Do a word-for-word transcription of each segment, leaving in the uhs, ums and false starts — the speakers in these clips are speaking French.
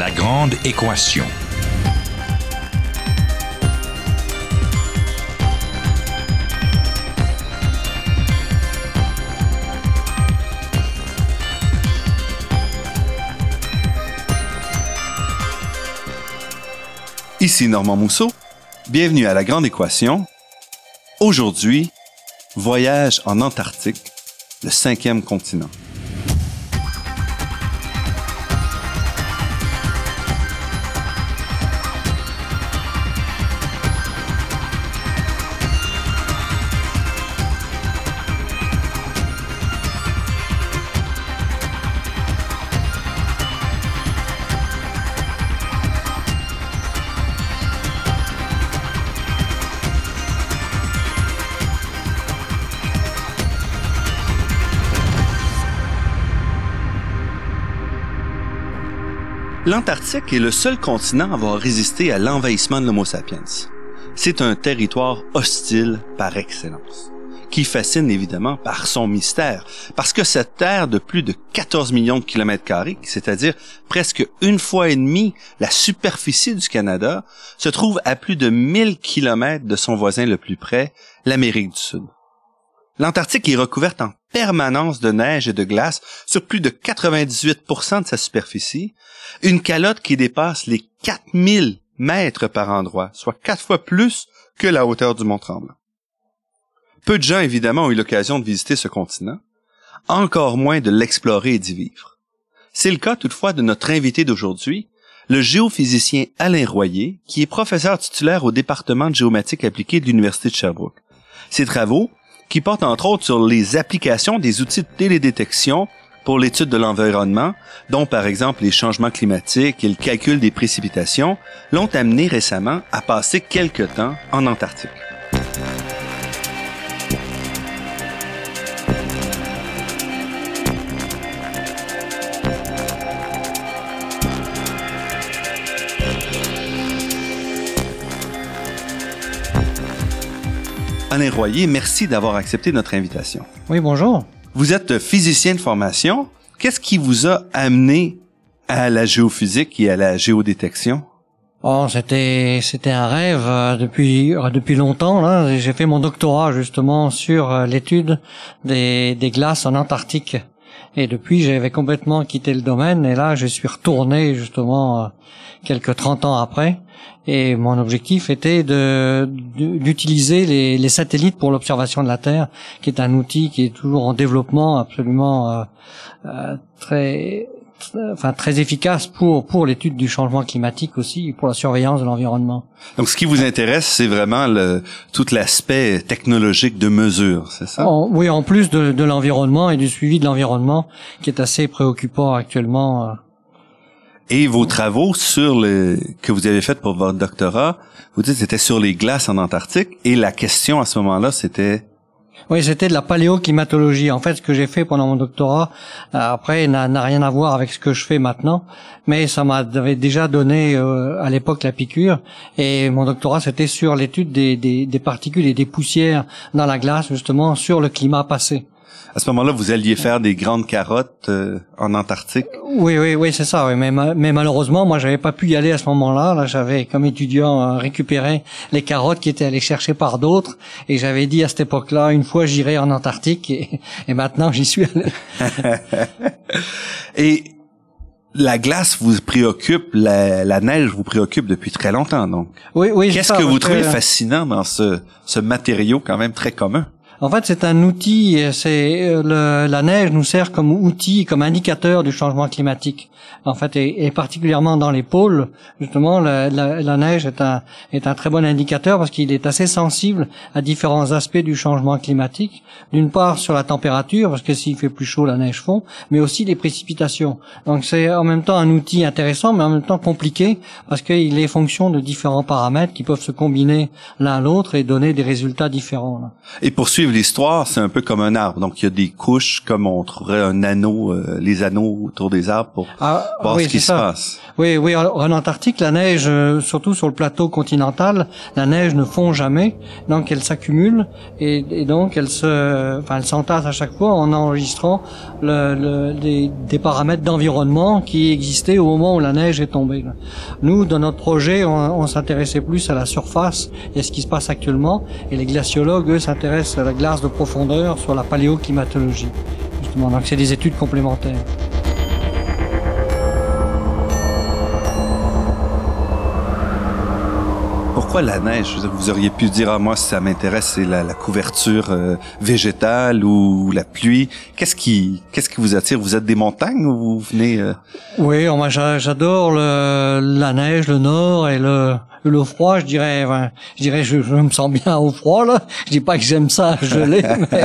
La grande équation. Ici Normand Mousseau, bienvenue à La Grande Équation. Aujourd'hui, voyage en Antarctique, le cinquième continent. L'Antarctique est le seul continent à avoir résisté à l'envahissement de l'Homo sapiens. C'est un territoire hostile par excellence, qui fascine évidemment par son mystère, parce que cette terre de plus de quatorze millions de kilomètres carrés, c'est-à-dire presque une fois et demie la superficie du Canada, se trouve à plus de mille kilomètres de son voisin le plus près, l'Amérique du Sud. L'Antarctique est recouverte en permanence de neige et de glace sur plus de quatre-vingt-dix-huit pour cent de sa superficie, une calotte qui dépasse les quatre mille mètres par endroit, soit quatre fois plus que la hauteur du Mont-Tremblant. Peu de gens, évidemment, ont eu l'occasion de visiter ce continent, encore moins de l'explorer et d'y vivre. C'est le cas toutefois de notre invité d'aujourd'hui, le géophysicien Alain Royer, qui est professeur titulaire au département de géomatique appliquée de l'Université de Sherbrooke. Ses travaux, qui portent entre autres sur les applications des outils de télédétection pour l'étude de l'environnement, dont par exemple les changements climatiques et le calcul des précipitations, l'ont amené récemment à passer quelque temps en Antarctique. Alain Royer, merci d'avoir accepté notre invitation. Oui, bonjour. Vous êtes physicien de formation. Qu'est-ce qui vous a amené à la géophysique et à la géodétection? Oh, c'était c'était un rêve euh, depuis euh, depuis longtemps là. J'ai fait mon doctorat justement sur euh, l'étude des des glaces en Antarctique. Et depuis, j'avais complètement quitté le domaine et là, je suis retourné justement euh, quelques trente ans après. Et mon objectif était de, de d'utiliser les, les satellites pour l'observation de la Terre, qui est un outil qui est toujours en développement, absolument euh, euh, très, très, enfin très efficace pour pour l'étude du changement climatique aussi, et pour la surveillance de l'environnement. Donc, ce qui vous intéresse, c'est vraiment le tout l'aspect technologique de mesure, c'est ça? En, oui, en plus de, de l'environnement et du suivi de l'environnement, qui est assez préoccupant actuellement. Euh, Et vos travaux sur le que vous avez fait pour votre doctorat, vous dites c'était sur les glaces en Antarctique, et la question à ce moment-là, c'était... Oui, c'était de la paléoclimatologie. En fait, ce que j'ai fait pendant mon doctorat, euh, après, n'a, n'a rien à voir avec ce que je fais maintenant, mais ça m'avait déjà donné euh, à l'époque la piqûre. Et mon doctorat, c'était sur l'étude des, des, des particules et des poussières dans la glace, justement, sur le climat passé. À ce moment-là, vous alliez faire des grandes carottes euh, en Antarctique? Oui, oui, oui, c'est ça. Oui. Mais, mais malheureusement, moi, j'avais pas pu y aller à ce moment-là. Là, j'avais, comme étudiant, récupéré les carottes qui étaient allées chercher par d'autres. Et j'avais dit à cette époque-là, une fois, j'irai en Antarctique. Et, et maintenant, j'y suis allé. Et la glace vous préoccupe, la, la neige vous préoccupe depuis très longtemps, donc. Oui, oui. Qu'est-ce ça, que vous trouvez que... fascinant dans ce, ce matériau quand même très commun? En fait, c'est un outil, c'est le, la neige nous sert comme outil, comme indicateur du changement climatique. En fait, et, et particulièrement dans les pôles, justement, la, la, la neige est un est un très bon indicateur parce qu'il est assez sensible à différents aspects du changement climatique. D'une part sur la température, parce que s'il fait plus chaud, la neige fond, mais aussi les précipitations. Donc c'est en même temps un outil intéressant, mais en même temps compliqué, parce qu'il est fonction de différents paramètres qui peuvent se combiner l'un à l'autre et donner des résultats différents. Là. Et pour suivre suivre l'histoire, c'est un peu comme un arbre. Donc, il y a des couches, comme on trouverait un anneau, euh, les anneaux autour des arbres pour ah, voir oui, ce qui se ça. passe. Oui, oui. En Antarctique, la neige, euh, surtout sur le plateau continental, la neige ne fond jamais. Donc, elle s'accumule et, et donc elle se, enfin, elle s'entasse à chaque fois en enregistrant le, le, des, des paramètres d'environnement qui existaient au moment où la neige est tombée. Nous, dans notre projet, on, on s'intéressait plus à la surface et à ce qui se passe actuellement. Et les glaciologues, eux, s'intéressent à la glace de profondeur sur la paléoclimatologie. Justement, donc c'est des études complémentaires. Pourquoi la neige? Vous auriez pu dire, ah, moi, si ça m'intéresse, c'est la, la couverture euh, végétale ou la pluie. Qu'est-ce qui, qu'est-ce qui vous attire? Vous êtes des montagnes ou vous venez... Euh... Oui, moi, j'adore le, la neige, le nord et le, le froid. Je dirais, enfin, je dirais, je, je me sens bien au froid, là. Je dis pas que j'aime ça geler, mais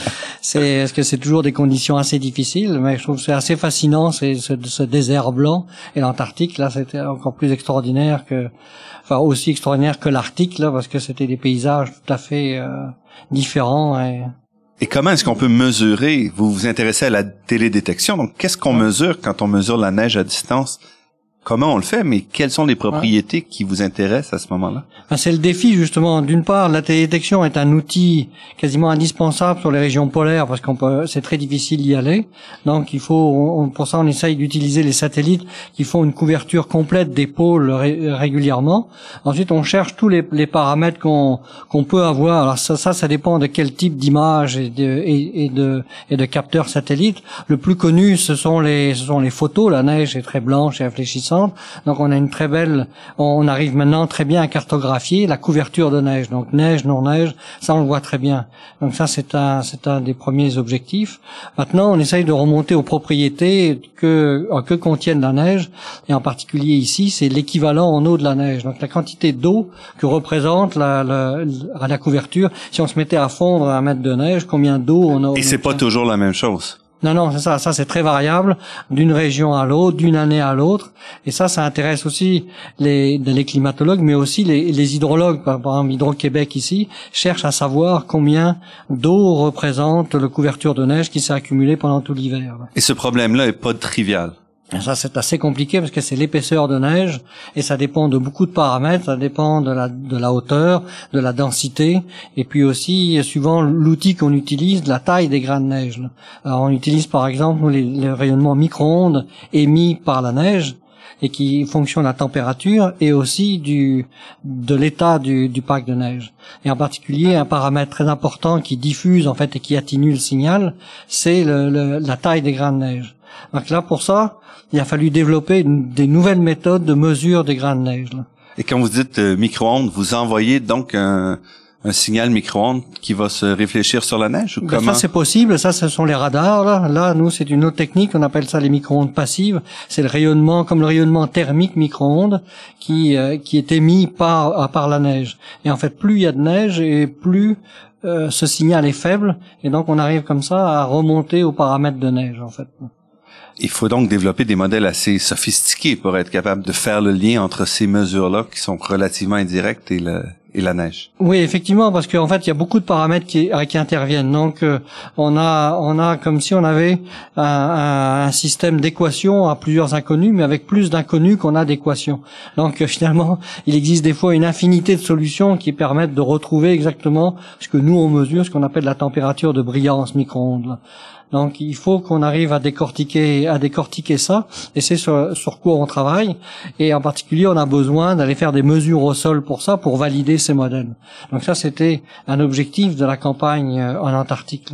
c'est, parce que c'est toujours des conditions assez difficiles, mais je trouve que c'est assez fascinant, c'est ce, ce désert blanc. Et l'Antarctique, là, c'était encore plus extraordinaire que, enfin, aussi extraordinaire que l'Arctique, là, parce que c'était des paysages tout à fait euh, différents. Et... et comment est-ce qu'on peut mesurer? Vous vous intéressez à la télédétection, donc qu'est-ce qu'on ouais. mesure quand on mesure la neige à distance? Comment on le fait, mais quelles sont les propriétés ouais. qui vous intéressent à ce moment-là? Ben, c'est le défi, justement. D'une part, la télédétection est un outil quasiment indispensable sur les régions polaires parce qu'on peut, c'est très difficile d'y aller. Donc, il faut, on, pour ça, on essaye d'utiliser les satellites qui font une couverture complète des pôles ré, régulièrement. Ensuite, on cherche tous les, les paramètres qu'on, qu'on peut avoir. Alors, ça, ça, ça dépend de quel type d'image et de, et, et de, et de capteurs satellites. Le plus connu, ce sont les, ce sont les photos. La neige est très blanche et réfléchissante. Donc on a une très belle, on arrive maintenant très bien à cartographier la couverture de neige. Donc neige, non neige, ça on le voit très bien. Donc ça c'est un, c'est un des premiers objectifs. Maintenant on essaye de remonter aux propriétés que que contiennent la neige et en particulier ici c'est l'équivalent en eau de la neige. Donc la quantité d'eau que représente la, la la couverture. Si on se mettait à fondre un mètre de neige, combien d'eau on a? Et c'est pas toujours la même chose. Non, non, c'est ça. Ça, c'est très variable d'une région à l'autre, d'une année à l'autre. Et ça, ça intéresse aussi les, les climatologues, mais aussi les, les hydrologues. Par exemple, Hydro-Québec ici cherche à savoir combien d'eau représente la couverture de neige qui s'est accumulée pendant tout l'hiver. Et ce problème-là est pas trivial. Ça, c'est assez compliqué parce que c'est l'épaisseur de neige et ça dépend de beaucoup de paramètres. Ça dépend de la, de la hauteur, de la densité et puis aussi, suivant l'outil qu'on utilise, de la taille des grains de neige. Alors, on utilise par exemple les, les rayonnements micro-ondes émis par la neige et qui fonctionnent à la température et aussi du de l'état du, du pack de neige. Et en particulier, un paramètre très important qui diffuse en fait et qui atténue le signal, c'est le, le, la taille des grains de neige. Donc là, pour ça, il a fallu développer une, des nouvelles méthodes de mesure des grains de neige. Là. Et quand vous dites euh, micro-ondes, vous envoyez donc un, un signal micro-ondes qui va se réfléchir sur la neige ou ben comment? Ça, c'est possible. Ça, ce sont les radars. Là, là nous, c'est une autre technique. On appelle ça les micro-ondes passives. C'est le rayonnement, comme le rayonnement thermique micro-ondes, qui euh, qui est émis par par la neige. Et en fait, plus il y a de neige et plus euh, ce signal est faible. Et donc, on arrive comme ça à remonter aux paramètres de neige, en fait. Il faut donc développer des modèles assez sophistiqués pour être capable de faire le lien entre ces mesures-là qui sont relativement indirectes et, le, et la neige. Oui, effectivement, parce qu'en fait, il y a beaucoup de paramètres qui, qui interviennent. Donc, euh, on a, on a comme si on avait un, un, un système d'équations à plusieurs inconnus, mais avec plus d'inconnus qu'on a d'équations. Donc, euh, finalement, il existe des fois une infinité de solutions qui permettent de retrouver exactement ce que nous on mesure, ce qu'on appelle la température de brillance micro-ondes. Donc il faut qu'on arrive à décortiquer à décortiquer ça et c'est sur, sur quoi on travaille et en particulier on a besoin d'aller faire des mesures au sol pour ça pour valider ces modèles. Donc ça c'était un objectif de la campagne en Antarctique.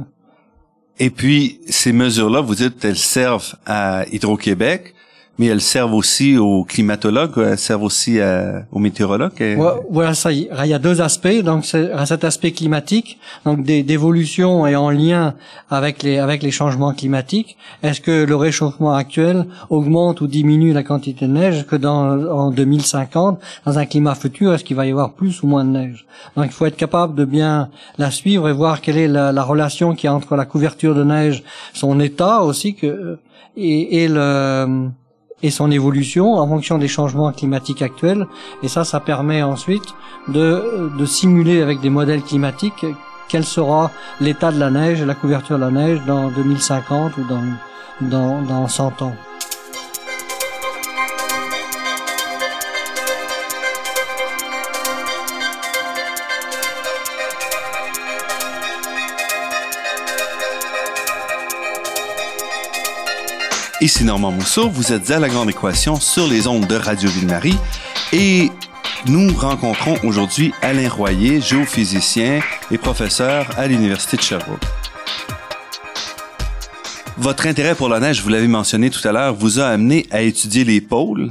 Et puis ces mesures-là, vous dites elles servent à Hydro-Québec, mais elles servent aussi aux climatologues, elles servent aussi à, aux météorologues. Et... Voilà, ça, il y a deux aspects. Donc, c'est cet aspect climatique, donc d'évolution et en lien avec les avec les changements climatiques. Est-ce que le réchauffement actuel augmente ou diminue la quantité de neige? Est-ce que dans en deux mille cinquante, dans un climat futur, est-ce qu'il va y avoir plus ou moins de neige? Donc, il faut être capable de bien la suivre et voir quelle est la, la relation qu'il y a entre la couverture de neige, son état aussi que et, et le et son évolution en fonction des changements climatiques actuels. Et ça, ça permet ensuite de, de simuler avec des modèles climatiques quel sera l'état de la neige et la couverture de la neige dans deux mille cinquante ou dans, dans, dans cent ans. Ici Normand Mousseau, vous êtes à La Grande Équation sur les ondes de Radio Ville-Marie et nous rencontrons aujourd'hui Alain Royer, géophysicien et professeur à l'Université de Sherbrooke. Votre intérêt pour la neige, vous l'avez mentionné tout à l'heure, vous a amené à étudier les pôles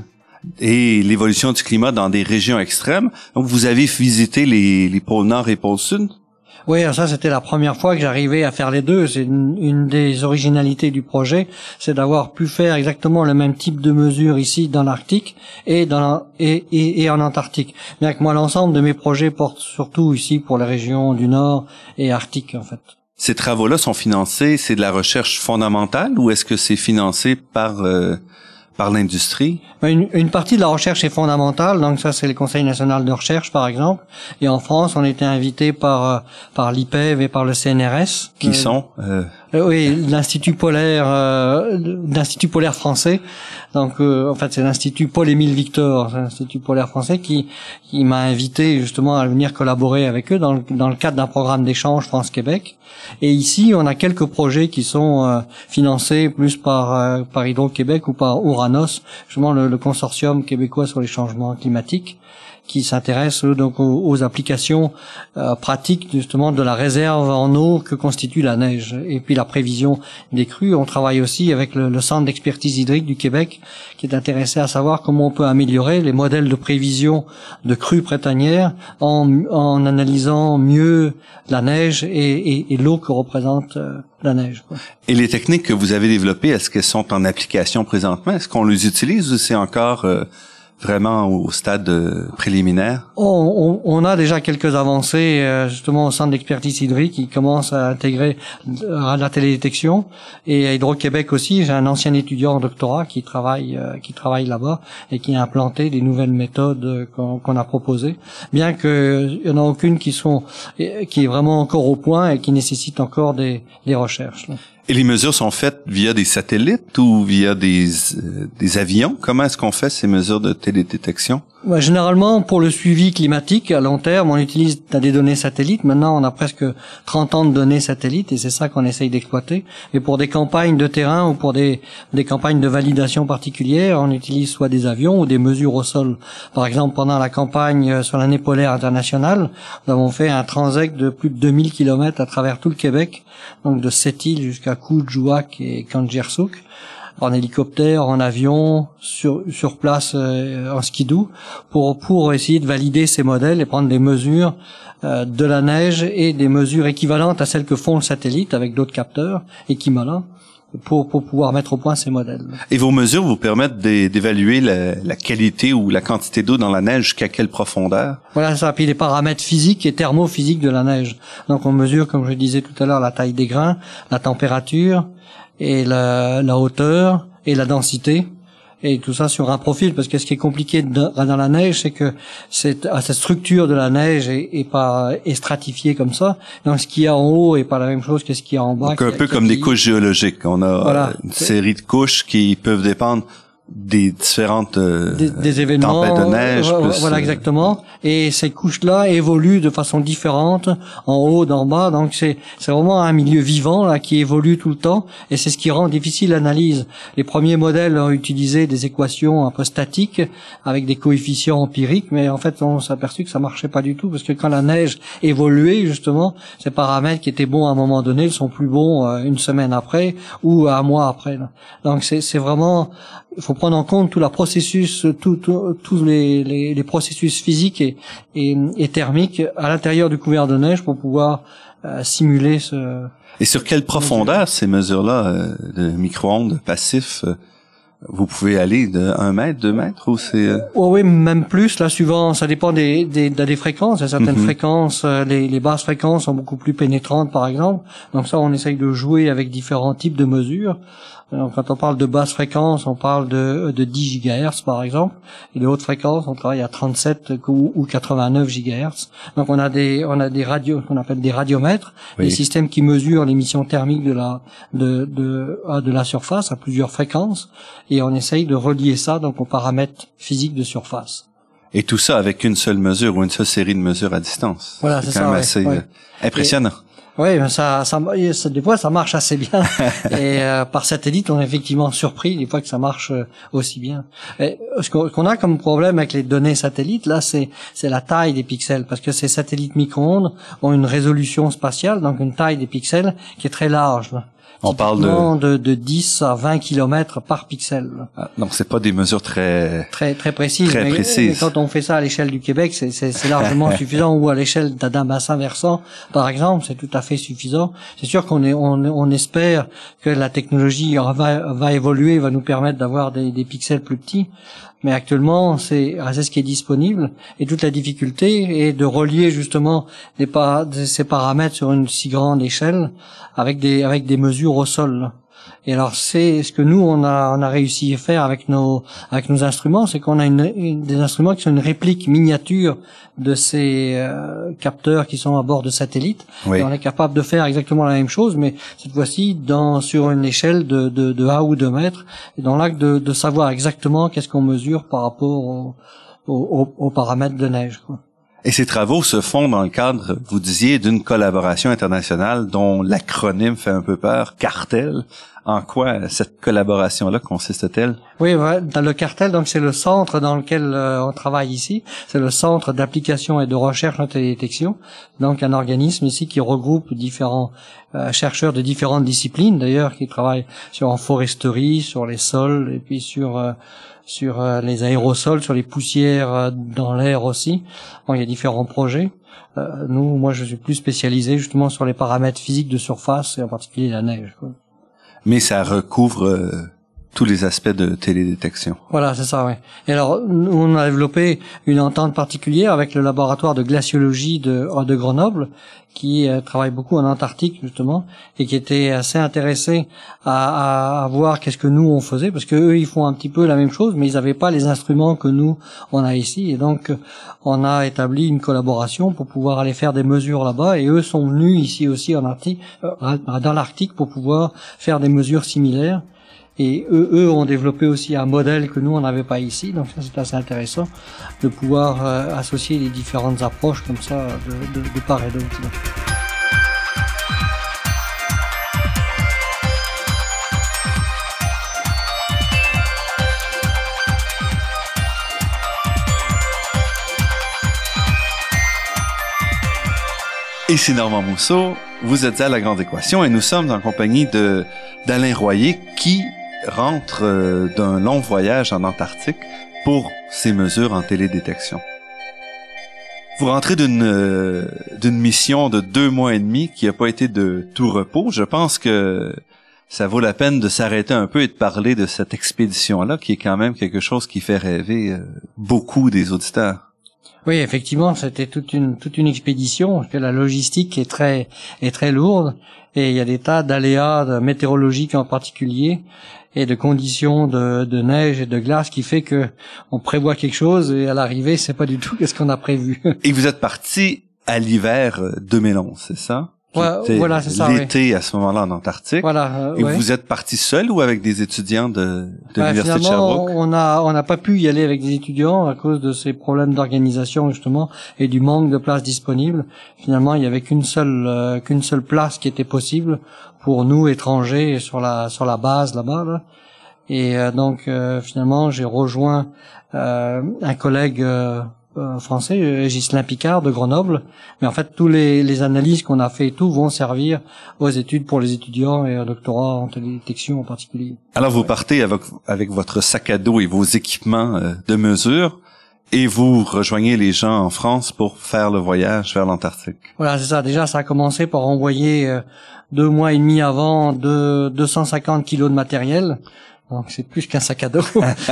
et l'évolution du climat dans des régions extrêmes. Donc, vous avez visité les, les pôles Nord et pôles Sud? Oui, ça c'était la première fois que j'arrivais à faire les deux. C'est une, une des originalités du projet, c'est d'avoir pu faire exactement le même type de mesures ici dans l'Arctique et dans la, et, et, et en Antarctique. Bien que moi l'ensemble de mes projets portent surtout ici pour les régions du Nord et Arctique en fait. Ces travaux-là sont financés, c'est de la recherche fondamentale ou est-ce que c'est financé par euh, par l'industrie? Une, une partie de la recherche est fondamentale, donc ça c'est le Conseil national de recherche par exemple. Et en France, on était invité par par l'I P E V et par le C N R S. Qui euh, sont euh... Euh, oui, l'Institut polaire, euh, l'Institut polaire français. Donc, euh, en fait, c'est l'Institut Paul-Émile Victor, c'est l'Institut polaire français qui qui m'a invité justement à venir collaborer avec eux dans le, dans le cadre d'un programme d'échange France-Québec. Et ici, on a quelques projets qui sont euh, financés plus par euh, par Hydro-Québec ou par Ouranos, justement le, le consortium québécois sur les changements climatiques, qui s'intéresse donc aux, aux applications euh, pratiques justement de la réserve en eau que constitue la neige et puis la prévision des crues. On travaille aussi avec le, le Centre d'expertise hydrique du Québec qui est intéressé à savoir comment on peut améliorer les modèles de prévision de crues printanières en, en analysant mieux la neige et, et, et l'eau que représente euh, la neige, quoi. Et les techniques que vous avez développées, est-ce qu'elles sont en application présentement? Est-ce qu'on les utilise ou c'est encore euh vraiment au stade euh, préliminaire? On, on, on a déjà quelques avancées euh, justement au centre d'expertise hydrique qui commence à intégrer euh, la télédétection et à Hydro-Québec aussi. J'ai un ancien étudiant en doctorat qui travaille euh, qui travaille là-bas et qui a implanté des nouvelles méthodes euh, qu'on, qu'on a proposées, bien qu'il y en a aucune qui sont qui est vraiment encore au point et qui nécessite encore des, des recherches, là. Et les mesures sont faites via des satellites ou via des euh, des avions? Comment est-ce qu'on fait ces mesures de télédétection? Ouais, généralement, pour le suivi climatique à long terme, on utilise des données satellites. Maintenant, on a presque trente ans de données satellites et c'est ça qu'on essaye d'exploiter. Et pour des campagnes de terrain ou pour des, des campagnes de validation particulières, on utilise soit des avions ou des mesures au sol. Par exemple, pendant la campagne sur l'année polaire internationale, nous avons fait un transect de plus de deux mille kilomètres à travers tout le Québec, donc de Sept-Îles jusqu'à Coujouac et Kangersouk, en hélicoptère, en avion, sur sur place, euh, en skidoo, pour pour essayer de valider ces modèles et prendre des mesures euh, de la neige et des mesures équivalentes à celles que font le satellite avec d'autres capteurs équivalents pour pour pouvoir mettre au point ces modèles. Et vos mesures vous permettent d'évaluer la, la qualité ou la quantité d'eau dans la neige jusqu'à quelle profondeur? Voilà ça, puis les paramètres physiques et thermophysiques de la neige. Donc on mesure, comme je disais tout à l'heure, la taille des grains, la température et la, la hauteur et la densité, et tout ça sur un profil, parce que ce qui est compliqué dans, dans la neige, c'est que cette, cette structure de la neige est, est pas est stratifiée comme ça. Donc ce qu'il y a en haut est pas la même chose que ce qu'il y a en bas. Donc un peu comme des couches géologiques. On a voilà, une série de couches qui peuvent dépendre des différentes euh, des, des événements, tempêtes de neige. Euh, plus, voilà, exactement. Et ces couches-là évoluent de façon différente, en haut, d'en bas. Donc c'est c'est vraiment un milieu vivant là qui évolue tout le temps, et c'est ce qui rend difficile l'analyse. Les premiers modèles ont utilisé des équations un peu statiques avec des coefficients empiriques, mais en fait on s'est aperçu que ça marchait pas du tout, parce que quand la neige évoluait justement, ces paramètres qui étaient bons à un moment donné, ils sont plus bons euh, une semaine après ou un mois après, là. Donc c'est c'est vraiment, il faut prendre en compte tout le processus, tous tout, tout les, les, les processus physiques et, et, et thermiques à l'intérieur du couvert de neige pour pouvoir euh, simuler ce. Et sur quelle profondeur ces mesures-là euh, de micro-ondes passifs euh, vous pouvez aller de un mètre, deux mètres ou c'est euh... oh oui, même plus. Là, suivant, ça dépend des des, des fréquences. Il y a certaines mm-hmm. fréquences, euh, les, les basses fréquences sont beaucoup plus pénétrantes, par exemple. Donc ça, on essaye de jouer avec différents types de mesures. Donc, quand on parle de basse fréquence, on parle de, de dix gigahertz par exemple, et de haute fréquence, on travaille à trente-sept ou quatre-vingt-neuf gigahertz. Donc, on a des, on a des radios, qu'on appelle des radiomètres, oui. Des systèmes qui mesurent l'émission thermique de la, de, de, de la surface à plusieurs fréquences, et on essaye de relier ça donc aux paramètres physiques de surface. Et tout ça avec une seule mesure ou une seule série de mesures à distance. Voilà, c'est, c'est quand ça, même ouais, assez ouais. impressionnant. Et, oui, ça, ça, ça, des fois, ça marche assez bien. Et euh, par satellite, on est effectivement surpris des fois que ça marche euh, aussi bien. Et, ce qu'on a comme problème avec les données satellites, là, c'est, c'est la taille des pixels, parce que ces satellites micro-ondes ont une résolution spatiale, donc une taille des pixels qui est très large. Là. On parle de... de de dix à vingt kilomètres par pixel. Ah, donc c'est pas des mesures très très très précises. Très mais, précises. Mais quand on fait ça à l'échelle du Québec, c'est c'est, c'est largement suffisant. Ou à l'échelle d'un bassin versant, par exemple, c'est tout à fait suffisant. C'est sûr qu'on est on on espère que la technologie va va évoluer, va nous permettre d'avoir des des pixels plus petits. Mais actuellement, c'est, c'est ce qui est disponible. Et toute la difficulté est de relier justement des par, ces paramètres sur une si grande échelle avec des, avec des mesures au sol. Et alors, c'est ce que nous, on a, on a réussi à faire avec nos, avec nos instruments, c'est qu'on a une, une, des instruments qui sont une réplique miniature de ces euh, capteurs qui sont à bord de satellites. Oui. Et on est capable de faire exactement la même chose, mais cette fois-ci dans sur une échelle de, de, de un ou deux mètres, et dans l'acte de, de savoir exactement qu'est-ce qu'on mesure par rapport aux au, au, au paramètres de neige, quoi. Et ces travaux se font dans le cadre, vous disiez, d'une collaboration internationale dont l'acronyme fait un peu peur, CARTEL. En quoi cette collaboration-là consiste-t-elle? Oui, dans le CARTEL, donc c'est le centre dans lequel euh, on travaille ici. C'est le centre d'application et de recherche en télédétection. Donc un organisme ici qui regroupe différents euh, chercheurs de différentes disciplines, d'ailleurs, qui travaillent sur en foresterie, sur les sols et puis sur euh, sur euh, les aérosols, sur les poussières euh, dans l'air aussi. Bon, il y a différents projets. Euh, nous, moi, je suis plus spécialisé justement sur les paramètres physiques de surface et en particulier la neige, quoi. Mais ça recouvre euh, tous les aspects de télédétection. Voilà, c'est ça, oui. Et alors, nous, on a développé une entente particulière avec le laboratoire de glaciologie de, de Grenoble, qui euh, travaille beaucoup en Antarctique, justement, et qui était assez intéressé à, à, à voir qu'est-ce que nous, on faisait, parce que eux, ils font un petit peu la même chose, mais ils n'avaient pas les instruments que nous, on a ici. Et donc, on a établi une collaboration pour pouvoir aller faire des mesures là-bas, et eux sont venus ici aussi en Arctique, euh, dans l'Arctique pour pouvoir faire des mesures similaires. Et eux, eux ont développé aussi un modèle que nous, on n'avait pas ici. Donc ça, c'est assez intéressant de pouvoir euh, associer les différentes approches comme ça de, de, de part et d'autre. Ici Normand Mousseau, vous êtes à La Grande Équation et nous sommes en compagnie de d'Alain Royer qui rentre euh, d'un long voyage en Antarctique pour ses mesures en télédétection. Vous rentrez d'une euh, d'une mission de deux mois et demi qui n'a pas été de tout repos. Je pense que ça vaut la peine de s'arrêter un peu et de parler de cette expédition-là, qui est quand même quelque chose qui fait rêver euh, beaucoup des auditeurs. Oui, effectivement, c'était toute une toute une expédition, parce que la logistique est très est très lourde et il y a des tas d'aléas de météorologiques en particulier et de conditions de, de neige et de glace qui fait que on prévoit quelque chose et à l'arrivée, c'est pas du tout qu'est-ce qu'on a prévu. Et vous êtes parti à l'hiver deux mille onze, c'est ça? Ouais, voilà, c'est ça. L'été oui. à ce moment-là en Antarctique. Voilà. Euh, et ouais. vous êtes parti seul ou avec des étudiants de, de bah, l'université de Sherbrooke? Finalement, on a on n'a pas pu y aller avec des étudiants à cause de ces problèmes d'organisation justement et du manque de places disponibles. Finalement, il y avait qu'une seule euh, qu'une seule place qui était possible pour nous étrangers sur la sur la base là-bas. Là. Et euh, donc euh, finalement, j'ai rejoint euh, un collègue. Euh, Euh, français, Ghislain Picard de Grenoble, mais en fait tous les, les analyses qu'on a fait et tout vont servir aux études pour les étudiants et un doctorat en télédétection en particulier. Alors vous partez avec, avec votre sac à dos et vos équipements euh, de mesure et vous rejoignez les gens en France pour faire le voyage vers l'Antarctique. Voilà, c'est ça. Déjà, ça a commencé par envoyer euh, deux mois et demi avant de deux cent cinquante kilos de matériel. Donc c'est plus qu'un sac à dos.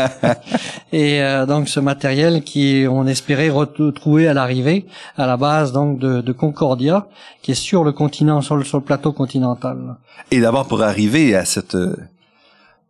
Et euh, donc ce matériel qui on espérait retrouver à l'arrivée à la base donc de, de Concordia, qui est sur le continent, sur le, sur le plateau continental. Et d'abord pour arriver à cette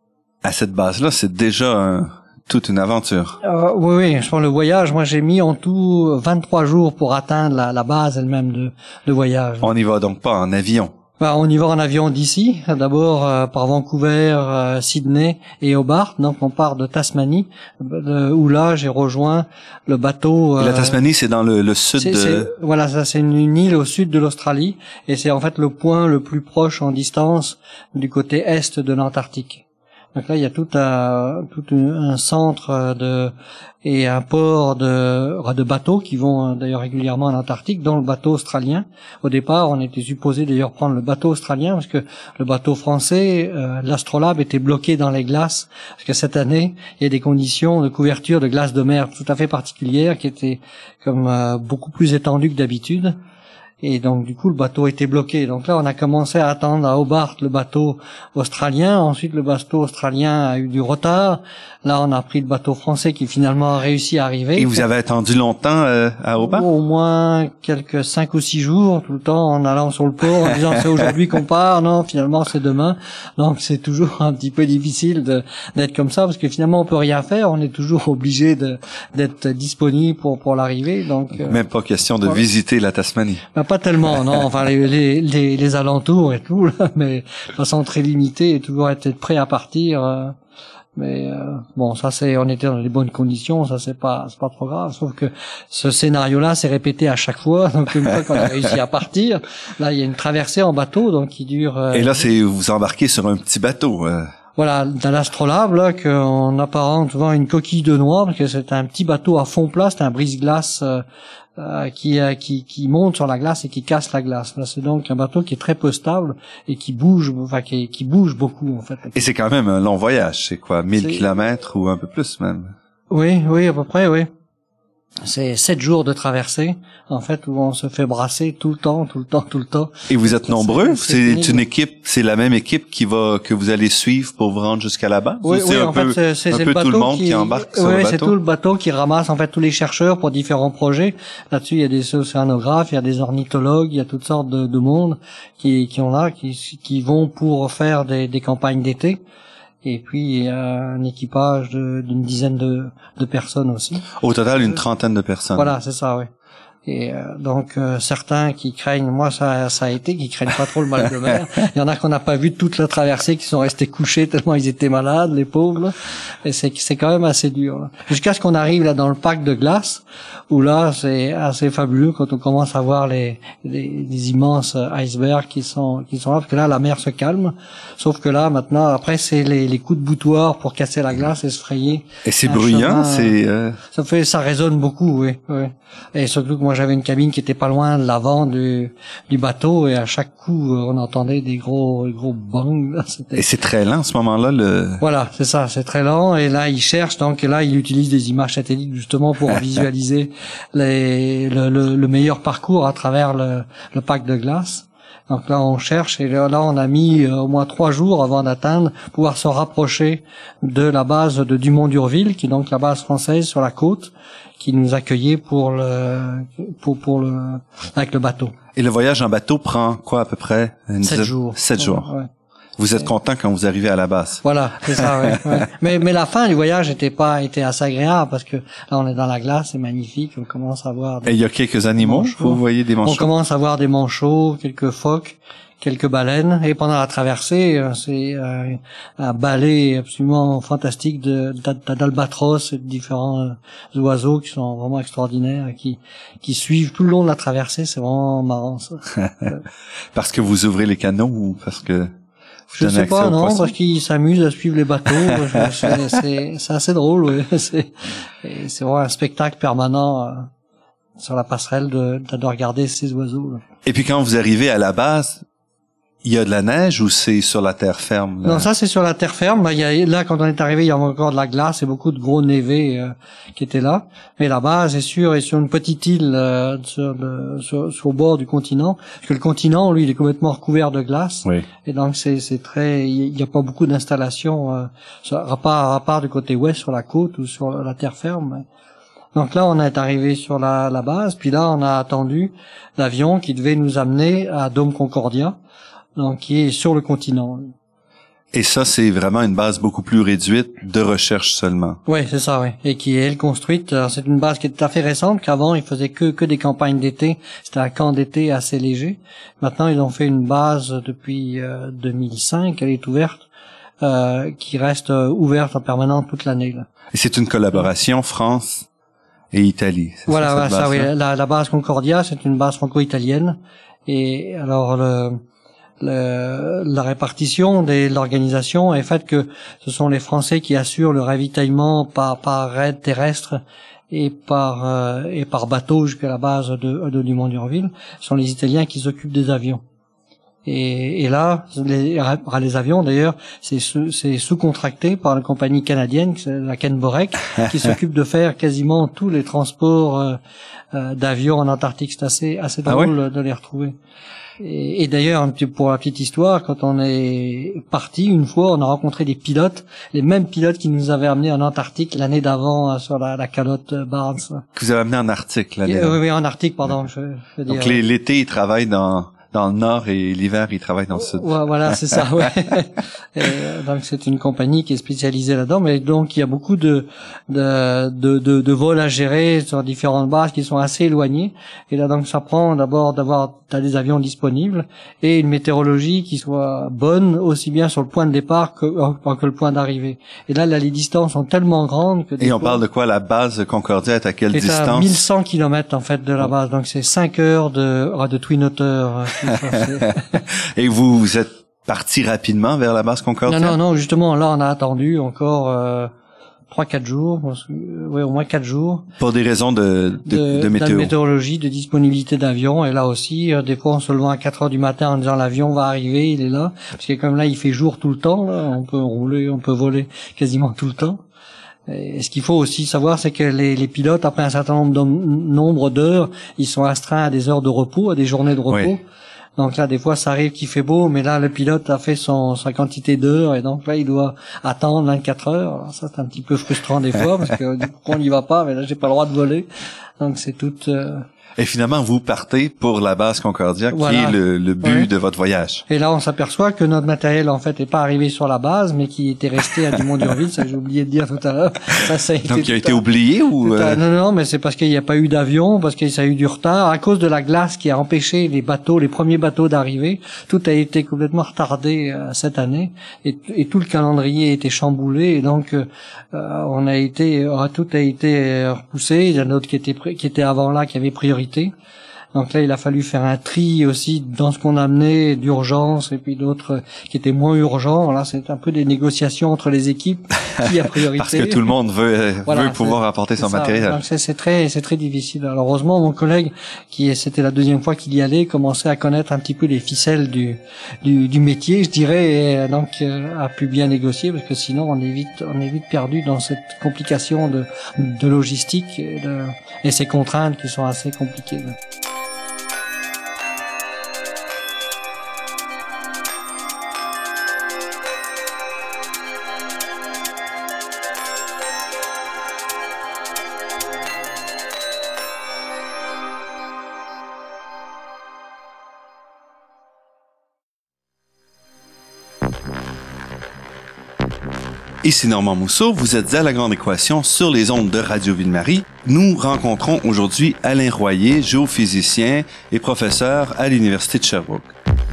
À cette base-là, c'est déjà un, toute une aventure. Euh, oui, oui, je pense le voyage, moi j'ai mis en tout vingt-trois jours pour atteindre la, la base elle-même de, de voyage. On n'y va donc pas en avion. Bah, on y va en avion d'ici, d'abord euh, par Vancouver, euh, Sydney et Hobart. Donc on part de Tasmanie, de, où là j'ai rejoint le bateau. Euh, et la Tasmanie, c'est dans le, le sud c'est, de... c'est, voilà, ça c'est une, une île au sud de l'Australie et c'est en fait le point le plus proche en distance du côté est de l'Antarctique. Donc là, il y a tout un, tout un centre de et un port de, de bateaux qui vont d'ailleurs régulièrement en Antarctique, dont le bateau australien. Au départ, on était supposé d'ailleurs prendre le bateau australien parce que le bateau français, euh, l'Astrolabe, était bloqué dans les glaces parce que cette année, il y a des conditions de couverture de glace de mer tout à fait particulières qui étaient comme euh, beaucoup plus étendues que d'habitude. Et donc, du coup, le bateau était bloqué. Donc là, on a commencé à attendre à Hobart le bateau australien. Ensuite, le bateau australien a eu du retard. Là, on a pris le bateau français qui finalement a réussi à arriver. Et vous avez attendu longtemps euh, à Hobart? Au moins quelques cinq ou six jours, tout le temps en allant sur le port, en disant c'est aujourd'hui qu'on part. Non, finalement, c'est demain. Donc, c'est toujours un petit peu difficile de, d'être comme ça parce que finalement, on peut rien faire. On est toujours obligé de, d'être disponible pour, pour l'arrivée. Donc, euh, même pas question de voilà. visiter la Tasmanie. Ben, pas tellement, non. Enfin, les, les, les, les alentours et tout, là, mais de façon très limitée et toujours être prêt à partir. Euh, mais euh, bon, ça c'est, on était dans les bonnes conditions, ça c'est pas, c'est pas trop grave. Sauf que ce scénario-là s'est répété à chaque fois. Donc une fois qu'on a réussi à partir, là il y a une traversée en bateau, donc qui dure. Euh, et là, c'est vous embarquez sur un petit bateau. Euh. Voilà, dans l'Astrolabe, là, qu'on apparente souvent une coquille de noix, parce que c'est un petit bateau à fond plat, c'est un brise-glace euh, euh, qui, euh, qui qui monte sur la glace et qui casse la glace. Là, c'est donc un bateau qui est très peu stable et qui bouge, enfin qui, qui bouge beaucoup en fait. Et c'est quand même un long voyage, c'est quoi, mille C'est... kilomètres ou un peu plus même? Oui, oui, à peu près, oui. C'est sept jours de traversée, en fait, où on se fait brasser tout le temps, tout le temps, tout le temps. Et vous êtes nombreux? C'est, c'est c'est une équipe, c'est la même équipe qui va, que vous allez suivre pour vous rendre jusqu'à la base? Oui, c'est oui, un en peu, fait, c'est, c'est, un c'est peu le bateau tout le monde qui, qui embarque sur oui, le bateau? c'est tout le bateau qui ramasse, en fait, tous les chercheurs pour différents projets. Là-dessus, il y a des océanographes, il y a des ornithologues, il y a toutes sortes de, de monde qui, qui ont là, qui, qui vont pour faire des, des campagnes d'été. Et puis, il y a un équipage de, d'une dizaine de, de personnes aussi. Au total, une trentaine de personnes. Voilà, c'est ça, oui. Et euh, donc euh, certains qui craignent, moi ça ça a été, qui craignent pas trop le mal de mer. Il y en a qu'on n'a pas vu toute la traversée, qui sont restés couchés tellement ils étaient malades, les pauvres. Là. Et c'est c'est quand même assez dur. Là. Jusqu'à ce qu'on arrive là dans le parc de glace, où là c'est assez fabuleux quand on commence à voir les les, les immenses icebergs qui sont qui sont là, parce que là la mer se calme. Sauf que là maintenant après c'est les les coups de boutoir pour casser la glace et se frayer. Et c'est bruyant, chemin, c'est. Euh... Ça fait ça résonne beaucoup, oui, oui. Et surtout que moi j'avais une cabine qui était pas loin de l'avant du, du bateau et à chaque coup on entendait des gros gros bangs. Là, c'était... Et c'est très lent à ce moment-là. Le... Voilà, c'est ça, c'est très lent. Et là il cherche, donc là il utilise des images satellites justement pour visualiser les, le, le, le meilleur parcours à travers le, le parc de glace. Donc là on cherche et là on a mis au moins trois jours avant d'atteindre, pouvoir se rapprocher de la base de Dumont-d'Urville, qui est donc la base française sur la côte, qui nous accueillait pour le pour pour le avec le bateau. Et le voyage en bateau prend quoi à peu près? Une Sept dizaine... jours. Sept ouais, jours. Ouais. Vous êtes content quand vous arrivez à la base? Voilà, c'est ça. Ouais, ouais. Mais mais la fin du voyage était pas était assez agréable parce que là on est dans la glace, c'est magnifique. On commence à voir. Des... Et il y a quelques animaux. Vous voyez des manchots? On commence à voir des manchots, quelques phoques, quelques baleines. Et pendant la traversée, c'est un, un balai absolument fantastique de, d'albatros et de différents oiseaux qui sont vraiment extraordinaires, qui qui suivent tout le long de la traversée. C'est vraiment marrant ça. Parce que vous ouvrez les canaux ou parce que je sais pas, non, parce qu'ils s'amusent à suivre les bateaux. c'est, c'est, c'est assez drôle, oui. C'est, c'est vraiment un spectacle permanent euh, sur la passerelle de, de regarder ces oiseaux. Là. Et puis quand vous arrivez à la base, il y a de la neige ou c'est sur la terre ferme? Là? Non, ça c'est sur la terre ferme. Il y a, là, quand on est arrivé, il y avait encore de la glace et beaucoup de gros névés euh, qui étaient là. Mais là-bas, c'est sûr, et sur une petite île euh, sur, le, sur, sur le bord du continent, parce que le continent, lui, il est complètement recouvert de glace. Oui. Et donc c'est, c'est très, il n'y a pas beaucoup d'installations, euh, à part, à part du côté ouest sur la côte ou sur la terre ferme. Donc là, on est arrivé sur la, la base, puis là, on a attendu l'avion qui devait nous amener à Dome Concordia. Donc, qui est sur le continent. Et ça, c'est vraiment une base beaucoup plus réduite de recherche seulement. Oui, c'est ça, oui. Et qui est, elle, construite. Alors, c'est une base qui est tout à fait récente, qu'avant, ils faisaient que, que des campagnes d'été. C'était un camp d'été assez léger. Maintenant, ils ont fait une base depuis euh, deux mille cinq, elle est ouverte, euh, qui reste euh, ouverte en permanence toute l'année, là. Et c'est une collaboration France et Italie. C'est voilà, ça, voilà, ça, oui. La, la base Concordia, c'est une base franco-italienne. Et alors, le... Le, la répartition de l'organisation est faite que ce sont les Français qui assurent le ravitaillement par par raid terrestre et par euh, et par bateau jusqu'à la base de, de du Mont-Durville. Ce sont les Italiens qui s'occupent des avions. Et, et là, les, les avions d'ailleurs, c'est c'est sous-contracté par la compagnie canadienne, la Ken Borek, qui s'occupe de faire quasiment tous les transports euh, euh, d'avions en Antarctique. C'est assez assez drôle ah ouais de les retrouver. Et, et d'ailleurs, pour la petite histoire, quand on est parti, une fois, on a rencontré des pilotes, les mêmes pilotes qui nous avaient amenés en Antarctique l'année d'avant sur la, la calotte Barents. Que vous avez amené en Arctique l'année d'avant. Oui, oui, en Arctique, pardon. Je, je veux Donc dire, l'été, ils travaillent dans dans le nord et l'hiver, ils travaillent dans le sud. Ouais, voilà, c'est ça, ouais. Et donc c'est une compagnie qui est spécialisée là-dedans, mais donc il y a beaucoup de de de de, de vols à gérer sur différentes bases qui sont assez éloignées. Et là donc ça prend d'abord d'avoir t'as des avions disponibles et une météorologie qui soit bonne aussi bien sur le point de départ que que le point d'arrivée. Et là, là les distances sont tellement grandes que et on fois, parle de quoi? La base Concordia est à quelle est distance? À mille cent kilomètres en fait de la base, donc c'est cinq heures de de Twin Otter. Et vous, vous êtes parti rapidement vers la base Concordia? Non, non, non, justement, là, on a attendu encore euh, trois, quatre jours, oui, au moins quatre jours. Pour des raisons de, de, de, de météo. De météorologie, de disponibilité d'avion, et là aussi, euh, des fois, on se levant à quatre heures du matin en disant l'avion va arriver, il est là, parce que comme là, il fait jour tout le temps, là, on peut rouler, on peut voler quasiment tout le temps. Et ce qu'il faut aussi savoir, c'est que les, les pilotes, après un certain nombre, nombre d'heures, ils sont astreints à des heures de repos, à des journées de repos. Oui. Donc là, des fois, ça arrive qu'il fait beau, mais là, le pilote a fait son sa quantité d'heures, et donc là, il doit attendre vingt-quatre heures. Alors ça, c'est un petit peu frustrant des fois, parce que du coup, on n'y va pas, mais là, j'ai pas le droit de voler. Donc c'est tout... Euh... Et finalement, vous partez pour la base Concordia, voilà. qui est le, le but ouais. de votre voyage. Et là, on s'aperçoit que notre matériel, en fait, n'est pas arrivé sur la base, mais qui était resté à Dumont-Durville. Ça, j'ai oublié de dire tout à l'heure. Ça, ça a été Donc, il a été à... oublié ou à... euh... Non, non, mais c'est parce qu'il n'y a pas eu d'avion, parce que ça a eu du retard, à cause de la glace qui a empêché les bateaux, les premiers bateaux d'arriver. Tout a été complètement retardé euh, cette année, et, et tout le calendrier a été chamboulé, et donc euh, on a été, euh, tout a été repoussé. Il y en a d'autres qui étaient qui étaient avant là, qui avaient priorité. Donc là, il a fallu faire un tri aussi dans ce qu'on amenait d'urgence et puis d'autres qui étaient moins urgents. Là, c'est un peu des négociations entre les équipes qui a priorité. Parce que tout le monde veut, voilà, veut pouvoir apporter son ça. matériel. Donc c'est, c'est très, c'est très difficile. Alors heureusement, mon collègue, qui c'était la deuxième fois qu'il y allait, commençait à connaître un petit peu les ficelles du du, du métier, je dirais, et donc euh, a pu bien négocier, parce que sinon on est vite, on est vite perdu dans cette complication de de logistique et, de, et ces contraintes qui sont assez compliquées. Ici Normand Mousseau, vous êtes à La Grande Équation sur les ondes de Radio Ville-Marie. Nous rencontrons aujourd'hui Alain Royer, géophysicien et professeur à l'Université de Sherbrooke.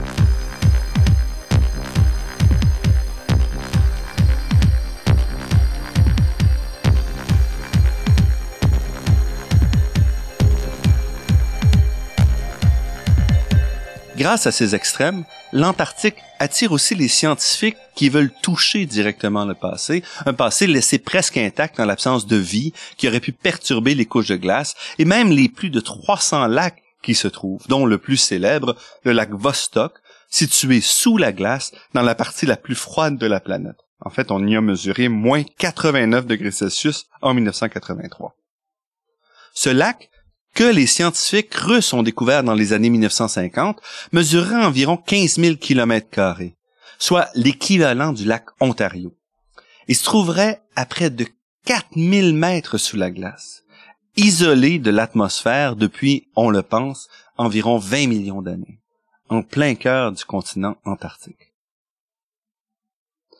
Grâce à ces extrêmes, l'Antarctique attire aussi les scientifiques qui veulent toucher directement le passé, un passé laissé presque intact dans l'absence de vie qui aurait pu perturber les couches de glace et même les plus de trois cents lacs qui se trouvent, dont le plus célèbre, le lac Vostok, situé sous la glace dans la partie la plus froide de la planète. En fait, on y a mesuré moins quatre-vingt-neuf degrés Celsius en mille neuf cent quatre-vingt-trois. Ce lac, que les scientifiques russes ont découvert dans les années mille neuf cent cinquante, mesurait environ quinze mille kilomètres carrés, soit l'équivalent du lac Ontario. Il se trouverait à près de quatre mille mètres sous la glace, isolé de l'atmosphère depuis, on le pense, environ vingt millions d'années, en plein cœur du continent antarctique.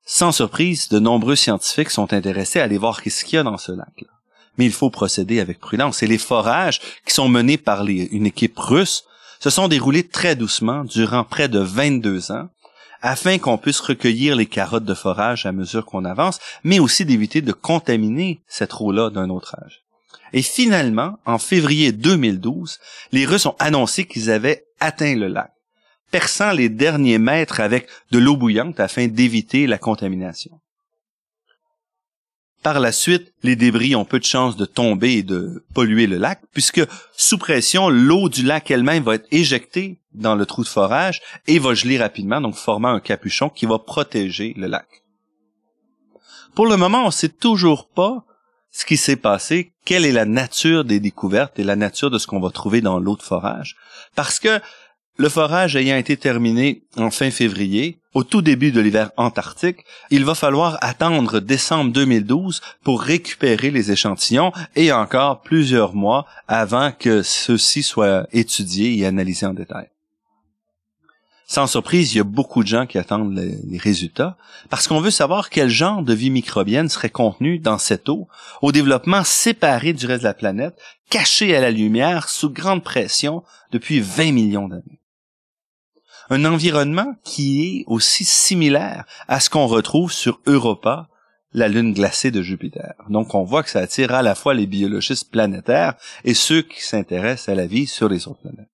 Sans surprise, de nombreux scientifiques sont intéressés à aller voir ce qu'il y a dans ce lac-là. Mais il faut procéder avec prudence. Et les forages qui sont menés par les, une équipe russe se sont déroulés très doucement durant près de vingt-deux ans, afin qu'on puisse recueillir les carottes de forage à mesure qu'on avance, mais aussi d'éviter de contaminer cette eau-là d'un autre âge. Et finalement, en février deux mille douze, les Russes ont annoncé qu'ils avaient atteint le lac, perçant les derniers mètres avec de l'eau bouillante afin d'éviter la contamination. Par la suite, les débris ont peu de chances de tomber et de polluer le lac, puisque sous pression, l'eau du lac elle-même va être éjectée dans le trou de forage et va geler rapidement, donc formant un capuchon qui va protéger le lac. Pour le moment, on ne sait toujours pas ce qui s'est passé, quelle est la nature des découvertes et la nature de ce qu'on va trouver dans l'eau de forage, parce que le forage ayant été terminé en fin février, au tout début de l'hiver antarctique, il va falloir attendre décembre deux mille douze pour récupérer les échantillons et encore plusieurs mois avant que ceux-ci soient étudiés et analysés en détail. Sans surprise, il y a beaucoup de gens qui attendent les, les résultats parce qu'on veut savoir quel genre de vie microbienne serait contenu dans cette eau, au développement séparé du reste de la planète, caché à la lumière, sous grande pression depuis vingt millions d'années. Un environnement qui est aussi similaire à ce qu'on retrouve sur Europa, la lune glacée de Jupiter. Donc on voit que ça attire à la fois les biologistes planétaires et ceux qui s'intéressent à la vie sur les autres planètes.